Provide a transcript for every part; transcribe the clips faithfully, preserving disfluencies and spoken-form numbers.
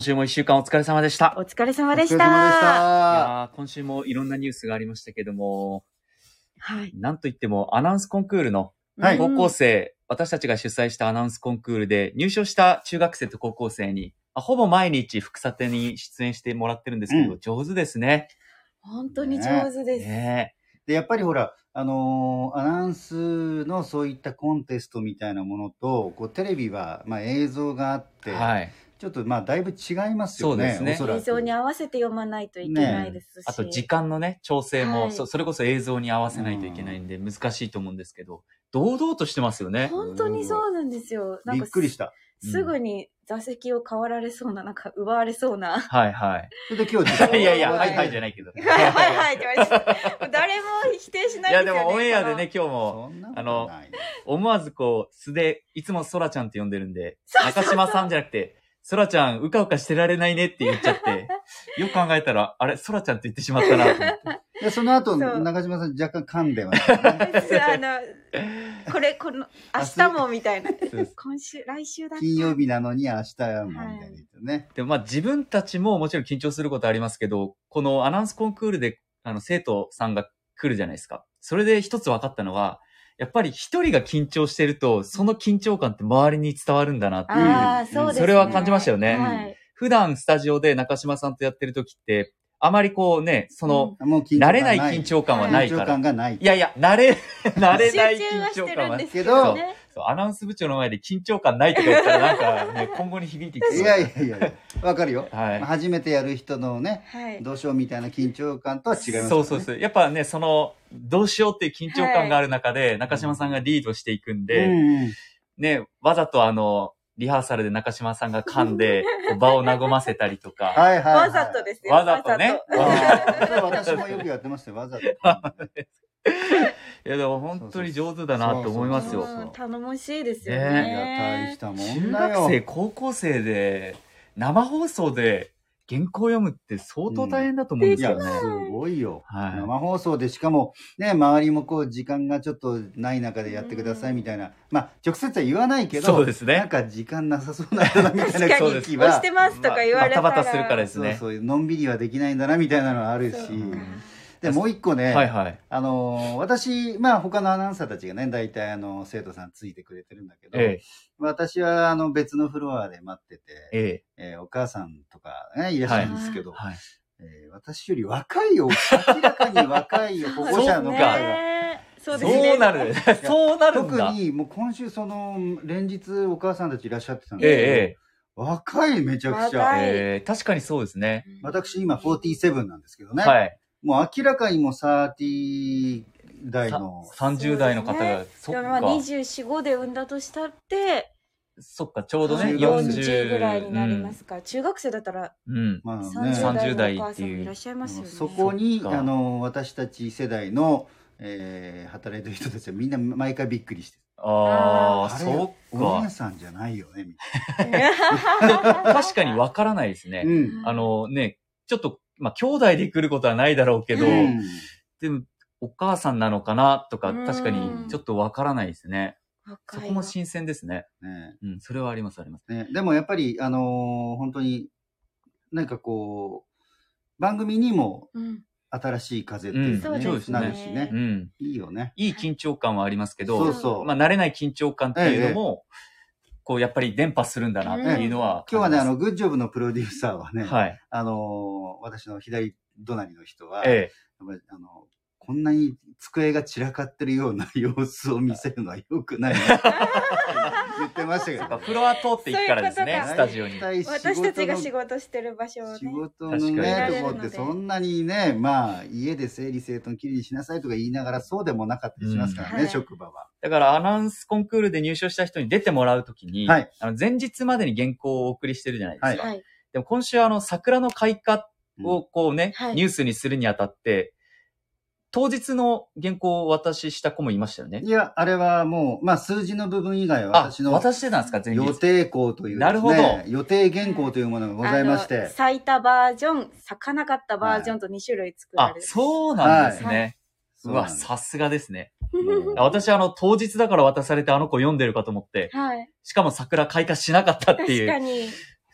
今週も一週間お疲れ様でした。 お疲れ様でした。 お疲れ様でした。いや今週もいろんなニュースがありましたけども、 はい。 なんといってもアナウンスコンクールのはい高校生、私たちが主催したアナウンスコンクールで入賞した中学生と高校生に、ほぼ毎日副査定に出演してもらってるんですけど、 うん上手ですね。 本当に上手です。 ねで、やっぱりほら、あのーアナウンスのそういったコンテストみたいなものと、こうテレビは、まあ、映像があって、 はい。 ちょっとまあだいぶ違いますよね。 そうですねおそらく映像に合わせて読まないといけないですし。 あと時間のね、調整も、 はいそ、それこそ映像に合わせないといけないんで難しいと思うんですけど、堂々としてますよね。 本当にそうなんですよ。なんびかっくりした。 すぐに座席を変わられそうな、なんか奪われそうな。 はいはい。 それで今日いやいや、 ははいいはいじゃないけど。 はいはいはいって言われてた。誰も否定しないですよね。 いやでもオンエアでね、今日も、 そんなことあのない思わずこう、素で、いつもソラちゃんって呼んでるんで、 そうそうそう中島さんじゃなくて、ソラちゃん、うかうかしてられないねって言っちゃって、よく考えたら、あれ、ソラちゃんって言ってしまったなと思って。 でその後、 そう中島さん若干噛んでましたね。 あの、これ、この、明日もみたいな。 そう今週、来週だった。 金曜日なのに明日やもみたいな言ってね。 でもまあ自分たちももちろん緊張することありますけど、このアナウンスコンクールで、あの、生徒さんが来るじゃないですか。それで一つ分かったのは、やっぱり一人が緊張してると、その緊張感って周りに伝わるんだなっていう。 ああ、そうですね。 それは感じましたよねはい。 普段スタジオで中島さんとやってる時って、あまりこうね、その、 もう緊張感慣れない緊張感はない緊張から。 感がない。 いやいや、慣れ、慣れない集中は緊張感はしてるんですけけどどね。 そう、アナウンス部長の前で緊張感ないとか言ったらなんかね、今後に響いてきそう。 いやいやいやいや、わかるよ。 はいまあ初めてやる人のね、 はい。 どうしようみたいな緊張感とは違いますよね。 そうそうそう。やっぱね、その、どうしようっていう緊張感がある中で、中島さんがリードしていくんで、 うんうんね、わざとあの、リハーサルで中島さんが噛んで、こう場を和ませたりとか。 はいはいはい。 わざとですよ。 わざとねわざとあー私もよくやってましたよ、わざと。 いや、でも本当に上手だなと思いますよ。 そうそううん頼もしいですよいや、 ね。 大したも中んだよ。 学生、高校生で、生放送で原稿読むって相当大変だと思うんですよね。 いや、すごいよ。 はい生放送で、しかも、ね、周りもこう、時間がちょっとない中でやってくださいみたいな。まあ、直接は言わないけど、 そうですねなんか時間なさそうなんだな、みたいな確かに空気は押して。ますとか言われたら。 まあバタバタするからですね。 そうそう、のんびりはできないんだな、みたいなのはあるしそう。 で、もう一個ね、 はいはい。 あのー私、まあ他のアナウンサーたちがね、大体あの、生徒さんついてくれてるんだけど、 え私はあの別のフロアで待ってて、 え、ええーお母さんとかね、いらっしゃるんですけえ。 ど、 はい。 えー私より若いよ、明らかに若いよ、保護者のそう方かが。 そうですね。 そうなる。そうなるん特だ。 にもう今週その、連日お母さんたちいらっしゃってたんええ、 ですけど、 ええ。 若いめちゃくちゃ。 若いええ、確かにそうですね。 私今よんじゅうなななんですけどね。 はい。 もう明らかにもうさんじゅう代の。 さんじゅう代の方が、そっでもまあか。 にじゅうよん、ごで産んだとしたって、 そっか、ちょうどね、 よんよんじゅう。 よんじゅうぐらいになりますから、中学生だったらうん。うん。 まあさんね、 じゅう代のお母さんじゅう代っていうさんもいらっしゃいますよね。 そこに、 そっかあの、私たち世代の、えー働いてる人たちはみんな毎回びっくりして。 ああ、 あれそっお姉か。 さんじゃないよね、み確かにわからないですねたい。な。うん。 あのね、ちょっと、まあ、兄弟で来ることはないだろうけど、 うんでも、お母さんなのかなとか、 うん確かにちょっとわからないですね。そ若いこも新鮮ですね。 ねうん、それはあります、あります。 ね、でもやっぱり、あのー本当に、なんかこう、番組にもうん新しい風っていうのうんね、 そうですねなるしねう。ん。 いいよね。 いい緊張感はありますけど、 そうそう。 まあ、慣れない緊張感っていうのも、こう、やっぱり伝播するんだなっていうのは、 今日はね、あの、グッジョブのプロデューサーはね、 はい。 あのー私の左隣の人は、 ええ。 やっぱりあの、こんなに机が散らかってるような様子を見せるのは良くないな言ってましたけど、 そうか、フロア通っていくからですね、 そういうことかスタジオに。 大体仕事の私たちが仕事してる場所をね。 仕事の確かにね、とこってそんなにね、まあ、家で整理整頓きれいにしなさいとか言いながら、そうでもなかったりしますからね、 うんはい職場は。 だからアナウンスコンクールで入賞した人に出てもらうときに、 はいあの前日までに原稿をお送りしてるじゃないですか。 はい。 でも今週あの桜の開花をこうね、 はいニュースにするにあたって、当日の原稿をお渡しした子もいましたよねい。や、あれはもう、まあ、数字の部分以外はあ、 私の渡してたんですか、前日。 予定項というですね、 なるほど予定原稿というものがございましあのて、 咲いたバージョン、咲かなかったバージョンとに種類作らあれ、る。 そうなんですね。 はいうわ、 そうなんですさすがですね。 うん私あの、当日だから渡されてあの子読んでるかと思って、 はい。 しかも桜開花しなかったっていう。 確かに。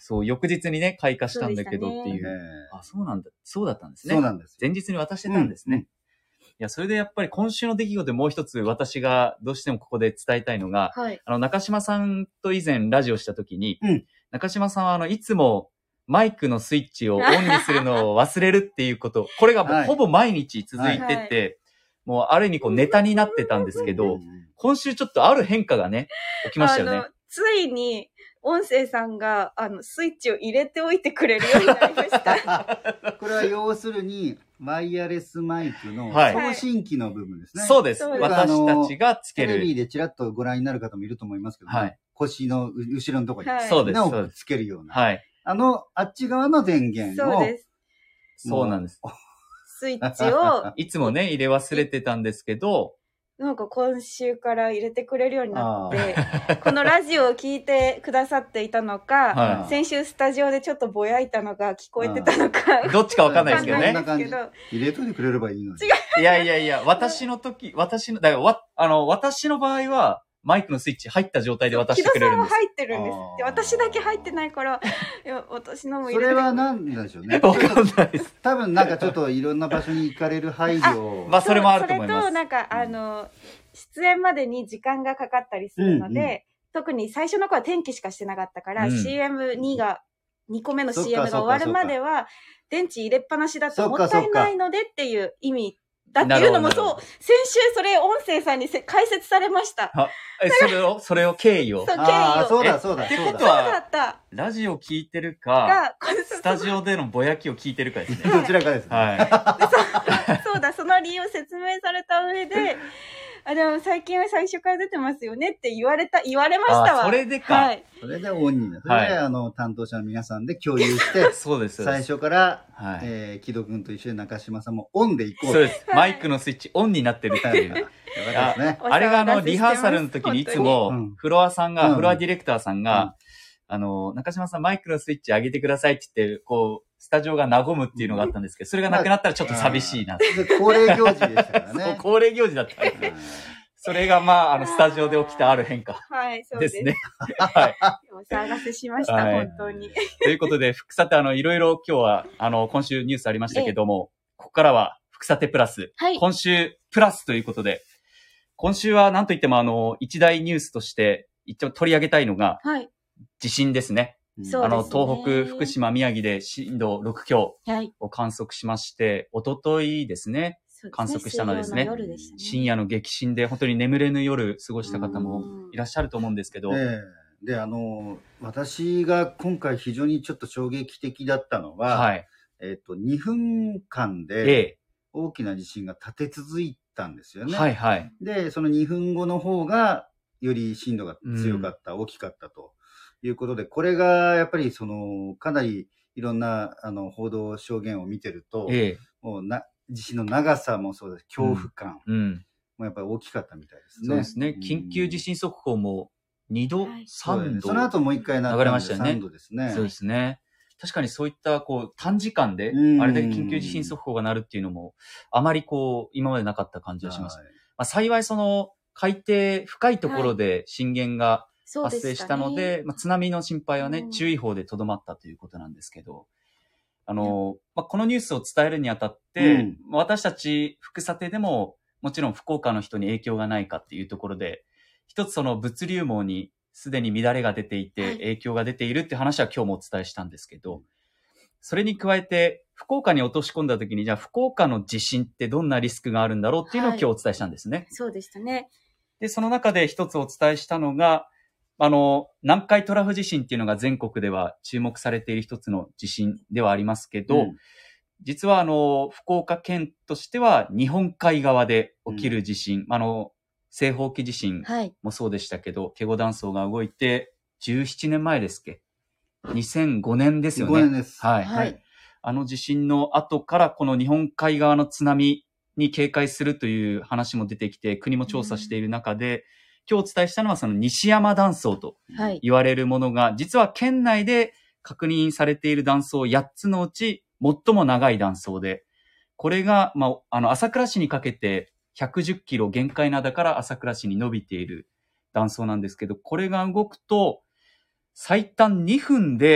そう、翌日にね、開花したんだけどっていえう。あ、そうなんだ。そうだったんですね。 そうなんです。 前日に渡してたんですね。 うんうんいや、それでやっぱり今週の出来事でもう一つ私がどうしてもここで伝えたいのが、 はい。 あの、中島さんと以前ラジオした時に、 うん中島さんはあの、いつもマイクのスイッチをオンにするのを忘れるっていうこと、これがもうはいほぼ毎日続いてて、 はいもうある意味こうネタになってたんですけど、今週ちょっとある変化がね、起きましたよねあの。、ついに、音声さんが、あの、スイッチを入れておいてくれるようになりました。 これは要するに、ワイヤレスマイクのはい送信機の部分ですね。 そうです。 そうです私たちがつける。 テレビでちらっとご覧になる方もいると思いますけどね、 はい腰の後ろのところに、 はいそうです。 なおそうです。 くつけるような。 はい。 あの、あっち側の電源を。 そうです。 そうなんです。 スイッチを、 いつもね、入れ忘れてたんですけど、 なんか今週から入れてくれるようになって、このラジオを聞いてくださっていたのか、 はい先週スタジオでちょっとぼやいたのが聞こえてたのか、 どっちかわかんないですけどわねかんないんですけど、 入れといてくれればいいのに。 違いやいやいや、私の時、私の、だからわ、あの、私の場合は、マイクのスイッチ入った状態で渡してくれるんです。 木戸さんは入ってるんです。で、 あー私だけ入ってないから、いや、私のも入それてれは何なんでしょうね。 わかんないです。 多分なんかちょっといろんな場所に行かれる配慮を。 まあそれもあると思いますそれと、なんか、あの、出演までに時間がかかったりするので、 うんうん特に最初の頃は天気しかしてなかったから、 うんシーエムツー が、にこめのそっかシーエム が終わるまでは、電池入れっぱなしだともったいないのでっていう意味だっていうのもなるほどそう、先週それ音声さんにせ解説されました。 え、それを、それを経緯を。 そう、経ああ、 緯を。 そうだそうだ。 ってそうだそうことはだった。 ラジオ聞いてるか、 が、これスタジオでのぼやきを聞いてるかですね。 どちらかですね。 はそうだ、その理由を説明された上で、あ、でも最近は最初から出てますよねって言われた、言われましたわ。 あそれでかはい。 それでオンになる。それで、 はいあの、担当者の皆さんで共有してい。、そうです。そう最です初から、 はい。 えー、木戸君と一緒に中島さんもオンで行こうそうです。マイクのスイッチオンになってるっていう。 よかったですね。 あれがあの、 お騒がせしてますリハーサルの時にいつも本当にうん、 フロアさんが、 うんフロアディレクターさんうんが、あの、中島さんマイクのスイッチ上げてくださいって言って、こう、スタジオが和むっていうのがあったんですけど、それがなくなったらちょっと寂しいな。 で恒例行事でしたからそう、 ね。 恒例行事だったんですね。それがまあ、あの、スタジオで起きたある変化はい、そうです。 ですね。はい。 お騒がせしました、 はい本当に。 ということで、福さて、あの、いろいろ今日は、あの、今週ニュースありましたけども、ここからは、福さてプラス、 はい今週プラスということで、今週は何と言っても、あの、一大ニュースとして、一応取り上げたいのが、 はい。 地震ですね。 そうあの、 ですね東北、福島、宮城で震度ろく強はい。 を観測しまして、一昨日ですね、 そうですね観測したのはですね水曜の夜でしたね深夜の激震で本当に眠れぬ夜過ごした方もいらっしゃると思うんですけど、 ええで、あの、私が今回非常にちょっと衝撃的だったのは、 はい。 えっと、にふんかんえでえ。 大きな地震が立て続いたんですよね。 はいはい。 で、そのにふんごの方が、より震度が強かった、大きかったということで、これがやっぱりその、かなりいろんなあの報道証言を見てると、 ええ。 もうな地震の長さもそうです、恐怖感うん。 もやっぱり大きかったみたいですね。 そうですね。緊急地震速報もにど、 はいそうだねさんど。 その後もう一回なったんで流れましたよねさんどですね。 そうですね。確かにそういった、こう、短時間でう、んあれだけ緊急地震速報が鳴るっていうのも、あまりこう、今までなかった感じがします。 はいまあ、幸いその、海底深いところで震源が発生したので、まあ、津波の心配はね、 うん注意報でとどまったということなんですけど、あの、まあ、このニュースを伝えるにあたって、 うん私たち福さてでも、もちろん福岡の人に影響がないかっていうところで、一つその物流網にすでに乱れが出ていて、 はい影響が出ているっていう話は今日もお伝えしたんですけど、それに加えて、福岡に落とし込んだ時に、じゃあ福岡の地震ってどんなリスクがあるんだろうっていうのを今日お伝えしたんですね。 そうでしたね。 で、その中で一つお伝えしたのが、あの、南海トラフ地震っていうのが全国では注目されている一つの地震ではありますけど、 うん実はあの、福岡県としては日本海側で起きる地震、あの、西方沖地震はい。 もそうでしたけど、ケゴ断層が動いてじゅうななねんまえですっけにせんごねんですよね。 ごねんです。 はい。 はいあの地震の後からこの日本海側の津波に警戒するという話も出てきて、国も調査している中で、今日お伝えしたのはその西山断層とはい。 言われるものが、実は県内で確認されている断層やっつのうち最も長い断層で、これが、まあ、あの、朝倉市にかけてひゃくじゅっキロ限界灘から朝倉市に伸びている断層なんですけど、これが動くと、最短にふんで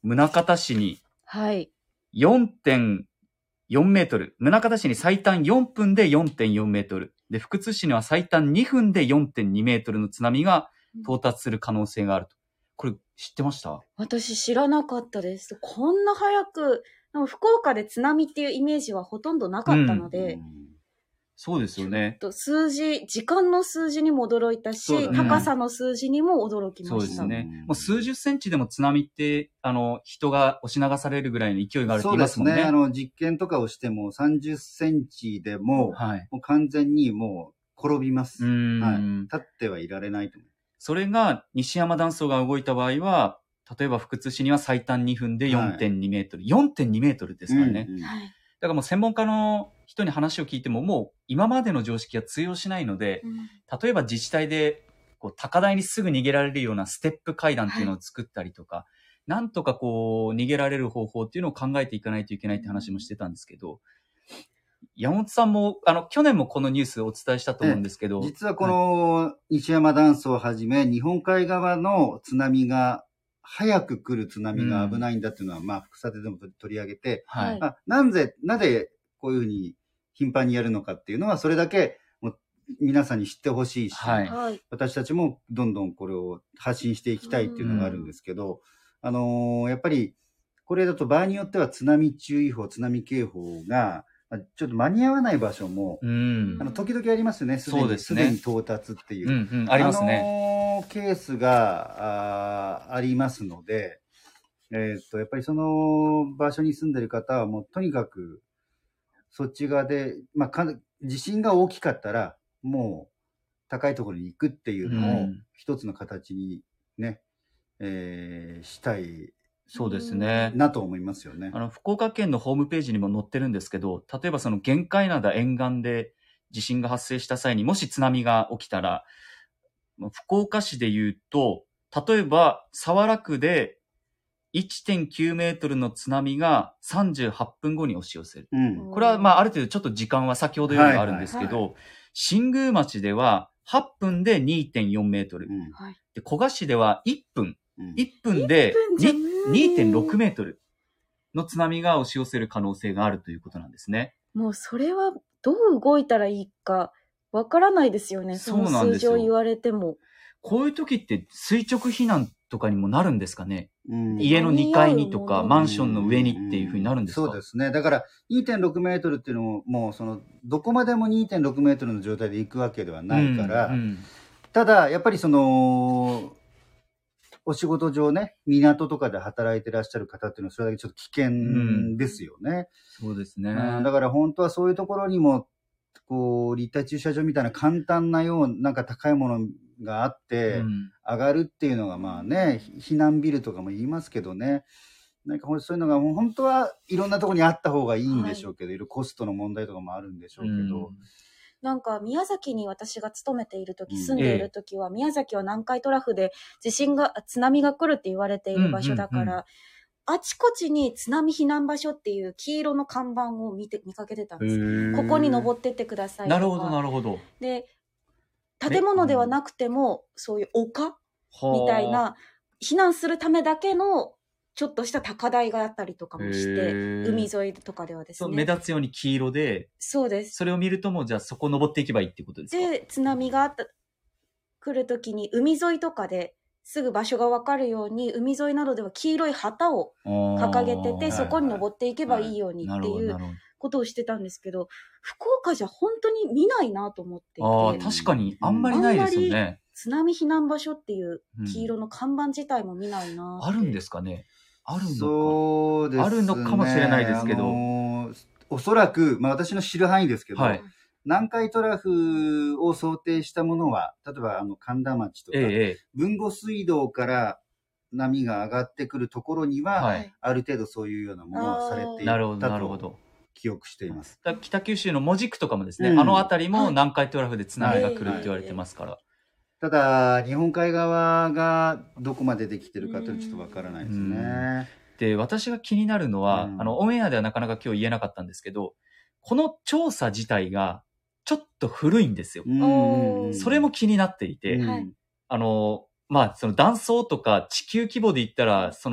宗像市にはい。 よんてんよんメートル。宗像市に最短よんぷんで よんてんよんメートル。で、福津市には最短にふんで よんてんにメートルの津波が到達する可能性があると。これ知ってました？ 私知らなかったです。こんな早く、でも福岡で津波っていうイメージはほとんどなかったので、 うんそうですよね。 と数字、時間の数字にも驚いたし、 そうだね高さの数字にも驚きました。 そうですねうん。 もう数十センチでも津波って、あの、人が押し流されるぐらいの勢いがあるってそうです言いますもんね。 ね。あの、実験とかをしてもさんじゅっセンチでも、 はい。 もう完全にもう転びます。 うーん、 はい。立ってはいられないと思う。 それが西山断層が動いた場合は、例えば福津市には最短にふんで よんてんにメートル。よんてんにメートルですからね。 うんうんはい。 だからもう専門家の人に話を聞いても、もう今までの常識は通用しないので、 うん例えば自治体でこう高台にすぐ逃げられるようなステップ階段っていうのを作ったりとか、なんとかこう逃げられる方法っていうのを考えていかないといけないって話もしてたんですけど、山本さんも、あの、去年もこのニュースをお伝えしたと思うんですけど、 実はこの西山断層をはじめ、日本海側の津波が、早く来る津波が危ないんだっていうのは、まあ、副査定でも取り上げて、 はい。 まあ、なんで、なぜこういうふうに頻繁にやるのかっていうのは、それだけもう皆さんに知ってほしいし、 はいはい。 私たちもどんどんこれを発信していきたいっていうのがあるんですけど、あのーやっぱり、これだと場合によっては津波注意報、津波警報が、まあちょっと間に合わない場所も、 うんあ。の時々ありますよね、すでに、 そうですねすでに到達っていう。 うんうん、ありますね。 あのーケースがあありますので、えーっと、やっぱりその場所に住んでる方はもうとにかく、そっち側で、まあ、か地震が大きかったら、もう高いところに行くっていうのをうん一つの形にね、えーしたいそうですね。 なと思いますよねあ。の、福岡県のホームページにも載ってるんですけど、例えばその玄界灘沿岸で地震が発生した際にもし津波が起きたら、福岡市で言うと、例えば早良区で いってんきゅうメートルの津波がさんじゅうはっぷんごに押し寄せる。 うん。 これはまあある程度ちょっと時間は先ほどよりもあるんですけはいど、新宮町でははっぷんで にてんよんメートル。 うんはい。 で、古賀市ではいっぷん。 うんいっぷんでいっぷんじゃ無理にてんろくメートルの津波が押し寄せる可能性があるということなんですね。 もうそれはどう動いたらいいかわからないですよね。そのそうなんですよ数字を言われても。 こういう時って垂直避難とかにもなるんですかね。 うん家のにかいにとか間に合うものマンションの上にっていう風になるんですか。 そうですね。だから にてんろくメートルっていうのも、もうその、どこまでも にてんろくメートルの状態で行くわけではないから、 うんうんただ、やっぱりその、お仕事上ね、港とかで働いてらっしゃる方っていうのは、それだけちょっと危険ですよね。 そうですね。 うんだから本当はそういうところにも、こう、立体駐車場みたいな簡単なような、なんか高いものがあって、 うん上がるっていうのがまあね、避難ビルとかも言いますけどね、なんかほんそういうのがもう本当はいろんなところにあった方がいいんでしょうけど、いろいろコストの問題とかもあるんでしょうけど、 なんか宮崎に私が勤めている時、 うん住んでいる時は、宮崎は南海トラフで地震が、津波が来るって言われている場所だから、 うんうんうんあちこちに津波避難場所っていう黄色の看板を見て、見かけてたんですよ。ここに登ってってくださいとか。 なるほど、なるほど。 で、建物ではなくても、そういう丘みたいな、避難するためだけの、ちょっとした高台があったりとかもしへて、 ー海沿いとかではですそうね。 目立つように黄色で、 そうです。 それを見るともうじゃあそこ登っていけばいいってことですか。 で、津波があった、来るときに海沿いとかですぐ場所がわかるように、海沿いなどでは黄色い旗を掲げてて、 あーそこに登っていけばいいようになるほど、 っていうなるほど。 ことをしてたんですけど、福岡じゃ本当に見ないなと思っていああ、 て、 確かにあんまりないですよね。 津波避難場所っていう黄色の看板自体も見ないなって、 あるんですかね。あるのか。 そうですね。 あるのかもしれないですけどあのーおそらく、まあ私の知る範囲ですけど、 はい南海トラフを想定したものは、例えばあの神田町とか、 ええ、ええ。 豊後水道から波が上がってくるところには、 はい。 ある程度そういうようなものはされていなるほど、 たとなるほど。 記憶しています。 だ北九州の門司区とかもですね、 うんあの辺りもはい南海トラフで津波が来るって言われてますから。 ただ、日本海側がどこまでできてるかというのはちょっとわからないですうんね。 で、私が気になるのは、 うんあの、オンエアではなかなか今日言えなかったんですけど、この調査自体がちょっと古いんですよ。 うんうんうんそれも気になっていて、 うんはいあの、まあ、その断層とか地球規模で言ったら、その、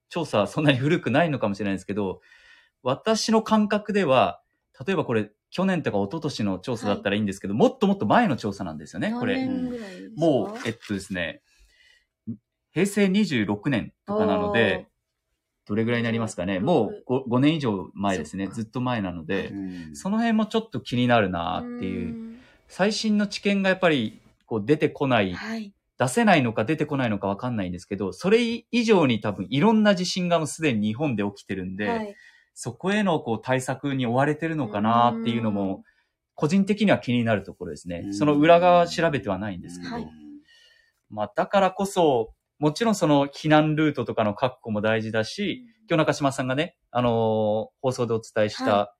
調査はそんなに古くないのかもしれないですけど、私の感覚では、例えばこれ、去年とか一昨年の調査だったらいいんですけど、はい、もっともっと前の調査なんですよね、これ。 何年ぐらいですか？ もう、えっとですね、へいせいにじゅうろくねんとかなので、どれぐらいになりますかね。もう 5, ごねん以上前ですね。ずっと前なので、その辺もちょっと気になるなっていう。最新の知見がやっぱりこう出てこない、はい、出せないのか出てこないのかわかんないんですけど、それ以上に多分いろんな地震がもうすでに日本で起きてるんで、はい、そこへのこう対策に追われてるのかなっていうのも、個人的には気になるところですね。その裏側は調べてはないんですけど。はい、まあだからこそ、もちろんその避難ルートとかの確保も大事だし、今日中島さんがね、あのー、放送でお伝えした、はい、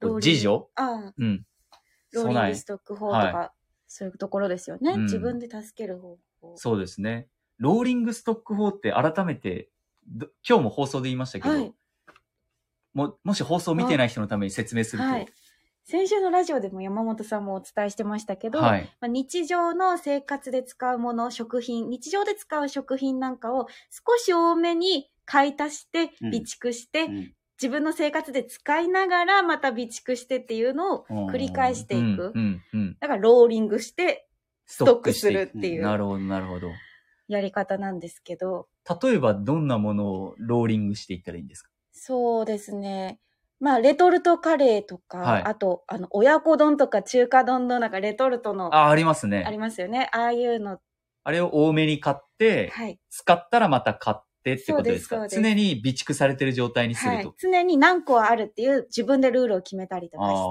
自助、 あうん、 ローリングストック法とか、はい、そういうところですよね、うん。自分で助ける方法。 そうですね。ローリングストック法って改めて、今日も放送で言いましたけど、はい、も, もし放送を見てない人のために説明すると、はい、 先週のラジオでも山本さんもお伝えしてましたけど、はい、まあ、日常の生活で使うもの、食品、日常で使う食品なんかを少し多めに買い足して備蓄して、うんうん、自分の生活で使いながらまた備蓄してっていうのを繰り返していく。うんうん、だからローリングしてストックするっていう。 なるほど、なるほど。 やり方なんですけど。 例えばどんなものをローリングしていったらいいんですか？ そうですね。まあ、レトルトカレーとか、はい、あと、あの、親子丼とか中華丼のなんかレトルトの。 あ、ありますね。 ありますよね。ああいうの。 あれを多めに買って、はい、使ったらまた買ってってことですか？そうです、そうです。常に備蓄されてる状態にすると。はい、 常に何個あるっていう自分でルールを決めたりとかして、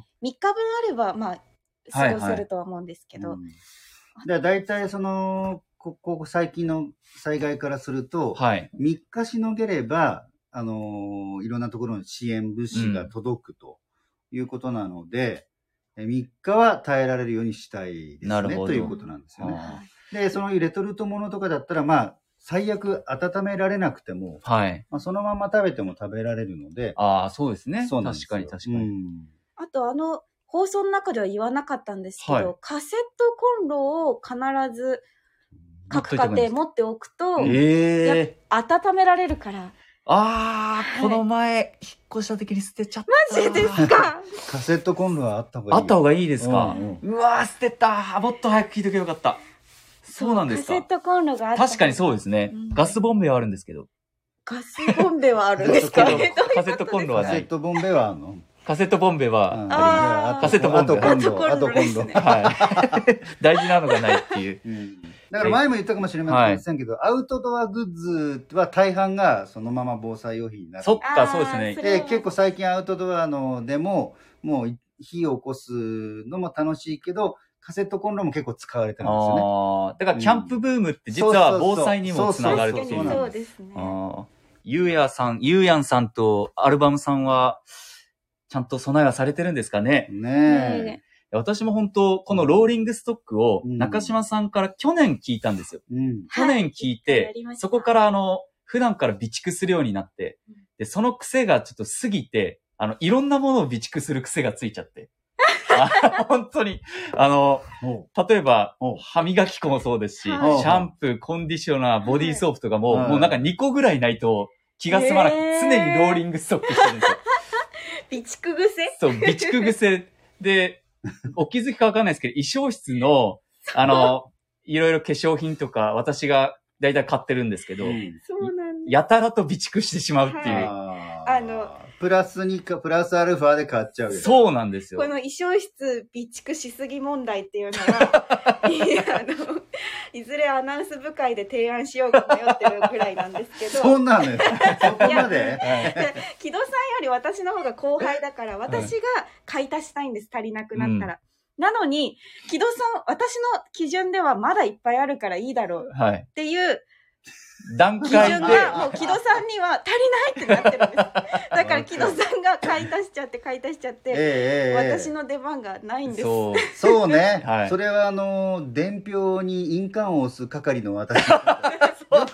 みっかぶんあれば、まあ、過ごせるとは思うんですけど。はいはい、 うん、だだいたいその、ここ最近の災害からすると、はい、みっかしのげれば、あのー、いろんなところの支援物資が届くということなので、うん、みっかは耐えられるようにしたいですね、ということなんですよね。で、そのレトルトものとかだったら、まあ、最悪温められなくても、はい、まあ、そのまま食べても食べられるので。 ああ、そうですね。そう確かに確かに。うん、 あと、あの、放送の中では言わなかったんですけど、はい、カセットコンロを必ず各家庭持っておくと、えー、温められるから。 ああ、はい、この前、引っ越した時に捨てちゃった。 マジですか？ カセットコンロはあった方がいい。 あった方がいいですか？うんうん、うわー、捨てた。もっと早く聞いとけばよかった。そうなんですか？ カセットコンロがあった。 確かにそうですね。うん、ガスボンベはあるんですけど。 ガスボンベはあるんですか？ カセットコンロはない。 カセットボンベはあるの？ カセットボンベは、 うん、あカセットボンベは。 あとコンロ。あとコンロ。 はい。大事なのがないっていう。うん、 だから前も言ったかもしれませんけど、はい、アウトドアグッズは大半がそのまま防災用品になる。 そっか、そうですね。 で、結構最近アウトドアのでも、もう火を起こすのも楽しいけど、カセットコンロも結構使われてるんですよね。ああ、だからキャンプブームって実は防災にもつながるっていう。 そうですね。 ゆうやさん、ゆうやんさんとアルバムさんは、ちゃんと備えはされてるんですかね。 ねえ。私も本当、このローリングストックを中島さんから去年聞いたんですよ。うん、去年聞いて、はい、そこからあの、普段から備蓄するようになって、で、その癖がちょっと過ぎて、あの、いろんなものを備蓄する癖がついちゃって。本当に、あの、例えば、歯磨き粉もそうですし、はい、シャンプー、コンディショナー、ボディーソープとかも、はい、もうなんかにこぐらいないと気が済まなくて、常にローリングストックしてるんですよ。 備蓄癖？ そう、備蓄癖で、お気づきかわかんないですけど、衣装室の、あの、いろいろ化粧品とか、私がだいたい買ってるんですけど、 そうなんやたらと備蓄してしまうっていう。 はい、あの、プラスにか、プラスアルファで買っちゃうよ。 そうなんですよ。 この衣装室備蓄しすぎ問題っていうのは、いや、あの、いずれアナウンス部会で提案しようか迷ってるぐらいなんですけど。 そんなんです。そこまで木戸さんより私の方が後輩だから、私が買い足したいんです、足りなくなったら。うん、なのに、木戸さん、私の基準ではまだいっぱいあるからいいだろうっていう、はい段階で。基準がもう木戸さんには足りないってなってるんです。だから木戸さんが買い足しちゃって買い足しちゃって、えー、私の出番がないんです。 そう、そうね。はい、それはあの、伝票に印鑑を押す係の私。よく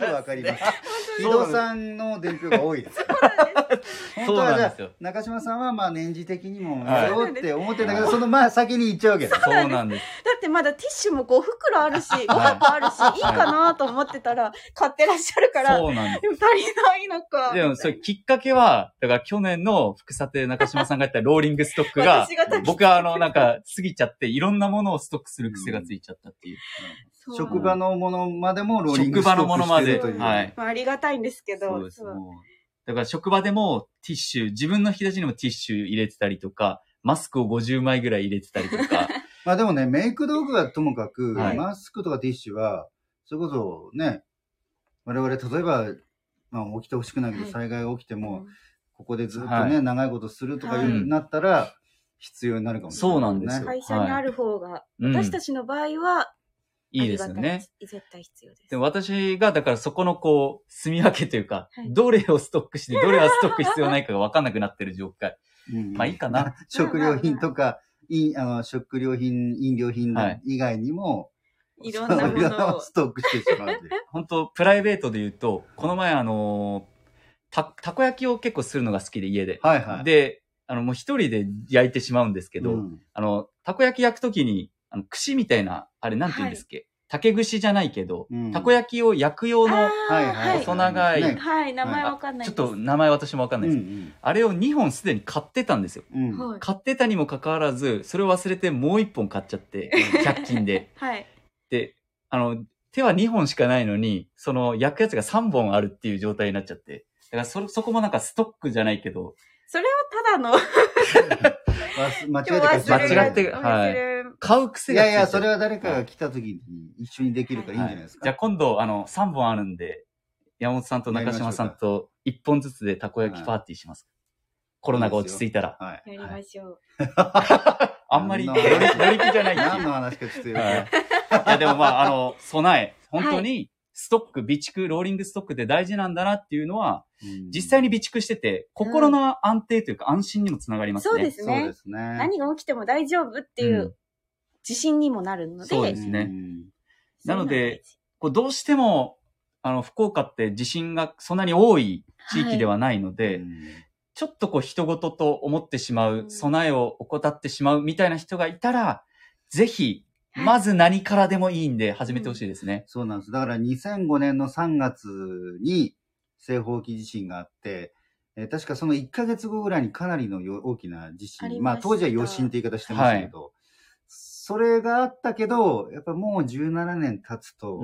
くわかります。井戸さんの伝票が多いです。本当はじゃあ、中島さんはまあ年次的にもやろうって思ってたけど、そのまあ先に行っちゃうわけです。 そうなんです。 だってまだティッシュもご袋あるし、ご箱あるし、いいかなと思ってたら、買ってらっしゃるから、 そうなんです。 足りないのか。 でも、それきっかけは、だから去年の福さて中島さんがやったローリングストックが、僕はあの、なんか過ぎちゃって、いろんなものをストックする癖がついちゃったっていう。 うん、職場のものまでもローリングストックしてるという。職場のものまで。はい。 まあ、ありがたいんですけど。 そうです。だから職場でもティッシュ、自分の引き出しにもティッシュ入れてたりとか、マスクをごじゅうまいぐらい入れてたりとか。 まあでもね、メイク道具はともかく、はい、マスクとかティッシュは、それこそね、我々例えば、まあ起きてほしくないけど、災害が起きても、はい、ここでずっとね、はい、長いことするとかいう、はい、なったら、必要になるかもしれない、ね。 そうなんですよ。 会社にある方が、はい、私たちの場合は、 いいですよね。 絶対必要です。 で私が、だからそこのこう、住み分けというか、はい、どれをストックして、どれはストック必要ないかが分かんなくなってる状態。うん、まあいいかな。 食料品とか、いあの食料品、飲料品以外にも、 はい、いろんなものをストックしてしまう。 本当プライベートで言うと、この前あの、た、たこ焼きを結構するのが好きで家で。 はいはい。 で、あのもう一人で焼いてしまうんですけど、うん、あの、たこ焼き焼くときに、あの、串みたいな、あれなんて言うんですっけ、はい、竹串じゃないけど、うん、たこ焼きを焼く用の細長い、 はい、はい、名前わかんないです。 ちょっと名前私もわかんないです。うんうん、あれをにほんすでに買ってたんですよ、うん。買ってたにもかかわらず、それを忘れてもういっぽん買っちゃって、ひゃく均で。 はい。で、 あの、手はにほんしかないのに、その焼くやつがさんぼんあるっていう状態になっちゃって。だからそ、そこもなんかストックじゃないけど。 それはただの間違えて買っちゃった。間違って、はい。買う癖がついてる。 いやいや、それは誰かが来た時に一緒にできるからいいんじゃないですか。 はいはい、じゃあ今度、あの、さんぼんあるんで、山本さんと中島さんといっぽんずつでたこ焼きパーティーします。はい、コロナが落ち着いたら。 はい、やりましょう。 あんまり乗り気じゃないっていう。 何の話かちょっと言う、はい、 いやでもまあ、あの、備え、本当にストック、備蓄、ローリングストックって大事なんだなっていうのは、実際に備蓄してて、心の安定というか安心にもつながりますね。 そうですね。 そうですね。 何が起きても大丈夫っていう自信にもなるので。 そうですね。なので、こうどうしても、あの、福岡って地震がそんなに多い地域ではないので、はい、ちょっとこう人事と思ってしまう、備えを怠ってしまうみたいな人がいたら、ぜひ、まず何からでもいいんで始めてほしいですね、 うん。そうなんです。だからにせんごねんのさんがつに西方沖地震があって、えー、確かそのいっかげつごぐらいにかなりの大きな地震。ま, まあ当時は余震って言い方してましたけど、はい、それがあったけど、やっぱもうじゅうななねん経つと、うん、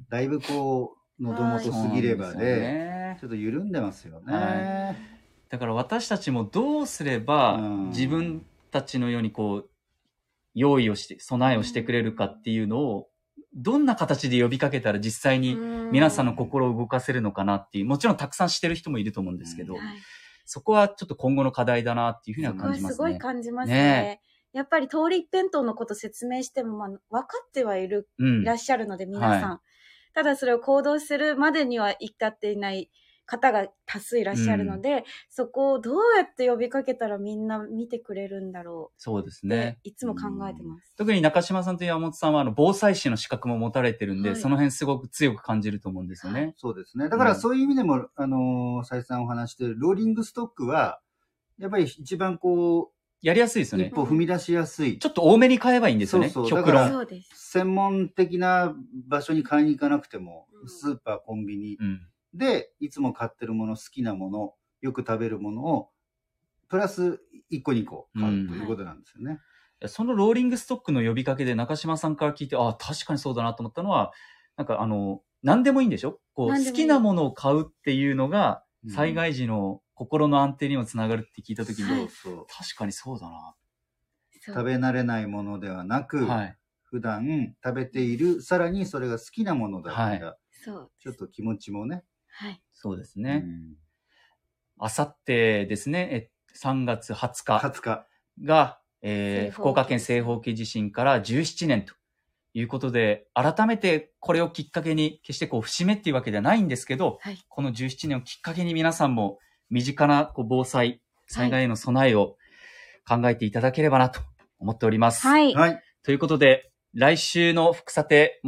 だいぶこう、喉元過ぎればで、ね、ちょっと緩んでますよね、はい。 だから私たちもどうすれば、自分たちのようにこう、用意をして、備えをしてくれるかっていうのを、どんな形で呼びかけたら実際に皆さんの心を動かせるのかなっていう、もちろんたくさんしてる人もいると思うんですけど、はい、そこはちょっと今後の課題だなっていうふうには感じますね。 すごい感じますね。ね、やっぱり通り一辺倒のこと説明しても、まあ、分かってはいる、うん、いらっしゃるので皆さん、はい。ただそれを行動するまでには至っていない方が多数いらっしゃるので、うん、そこをどうやって呼びかけたらみんな見てくれるんだろう。 そうですね。 いつも考えてます。 特に中島さんと山本さんはあの防災士の資格も持たれてるんで、はい、その辺すごく強く感じると思うんですよね。はい、 そうですね。だからそういう意味でも、うん、あの、再三お話しているローリングストックは、やっぱり一番こう、 やりやすいですよね。 一歩踏み出しやすい。 ちょっと多めに買えばいいんですよね。 そうそう。極論。そうです。専門的な場所に買いに行かなくても、うん、スーパー、コンビニ、うんで、いつも買ってるもの、好きなもの、よく食べるものを、プラスいっこにこ買うということなんですよね。 うん、そのローリングストックの呼びかけで中島さんから聞いて、ああ、確かにそうだなと思ったのは、なんかあの、何でもいいんでしょこう、好きなものを買うっていうのが、災害時の心の安定にもつながるって聞いたときに、うん、そうそう確かにそうだな。 食べ慣れないものではなく、はい、普段食べている、さらにそれが好きなものだったら、はい、ちょっと気持ちもね、 はい。 そうですね。あさってですね、え、さんがつはつか。 はつか。 が、えー、福岡県西方沖地震からじゅうななねんということで、改めてこれをきっかけに、決してこう節目っていうわけではないんですけど、はい、このじゅうななねんをきっかけに皆さんも身近なこう防災、災害への備えを考えていただければなと思っております。 はい。 はい。 ということで、来週の福さても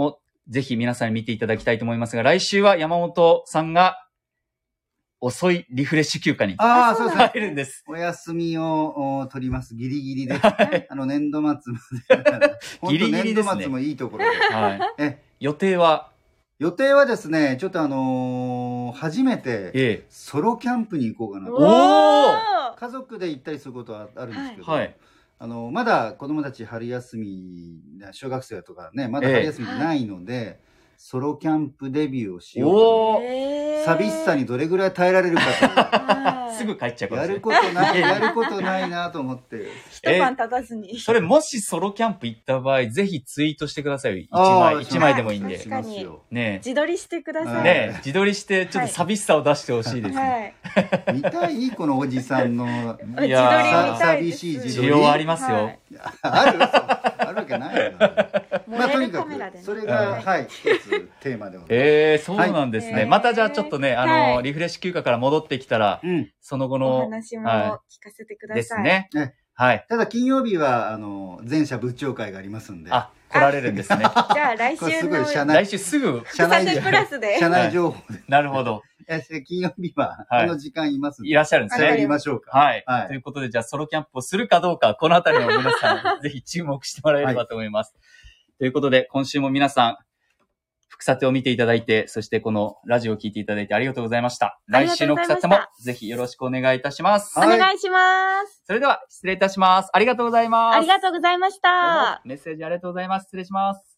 ぜひ皆さんに見ていただきたいと思いますが、来週は山本さんが遅いリフレッシュ休暇にああ、そうですね。 入るんです。 お休みを取ります。ギリギリで。あの、年度末まで。 ギリギリですね。 年度末もいいところで。 はい。え、予定は予定はですね、ちょっとあのー、初めて、ソロキャンプに行こうかなと。 おー！ 家族で行ったりすることはあるんですけど、 はい、 あの、まだ子供たち春休み、小学生とかね、まだ春休みないので、ええ、ソロキャンプデビューをしようかな。寂しさにどれぐらい耐えられるかと。 すぐ帰っちゃうかもしれない。やることない、やることないなと思って。 一晩経たずに。 それもしソロキャンプ行った場合、ぜひツイートしてくださいよ。一枚、一枚でもいいんで。 確かに。 ね自撮りしてください。 ね自撮りして、ちょっと寂しさを出してほしいですね。 はい。見たいこのおじさんの。 いや寂しい自撮り。 需要ありますよ。 あるあるわけないよ。まあ、とにかく、それが、はい、一つテーマでございます。 えー、そうなんですね。またじゃあちょっとね、あの、リフレッシュ休暇から戻ってきたら、その後の。 お話も聞かせてください。 ですね。はい。 ただ金曜日は、あの、全社部長会がありますんで。 あ、来られるんですね。 じゃあ来週の。 来週すぐ。 社内プラスで。 社内情報で。 なるほど。 金曜日は、この時間いますんで。 いらっしゃるんですね。 やりましょうか。 はい。ということで、じゃあソロキャンプをするかどうか、このあたりの皆さん、ぜひ注目してもらえればと思います。ということで、今週も皆さん、副査定を見ていただいて、そしてこのラジオを聞いていただいてありがとうございました。来週の副査定もぜひよろしくお願いいたします。 お願いします。 それでは失礼いたします。ありがとうございます。 ありがとうございました。 メッセージありがとうございます。失礼します。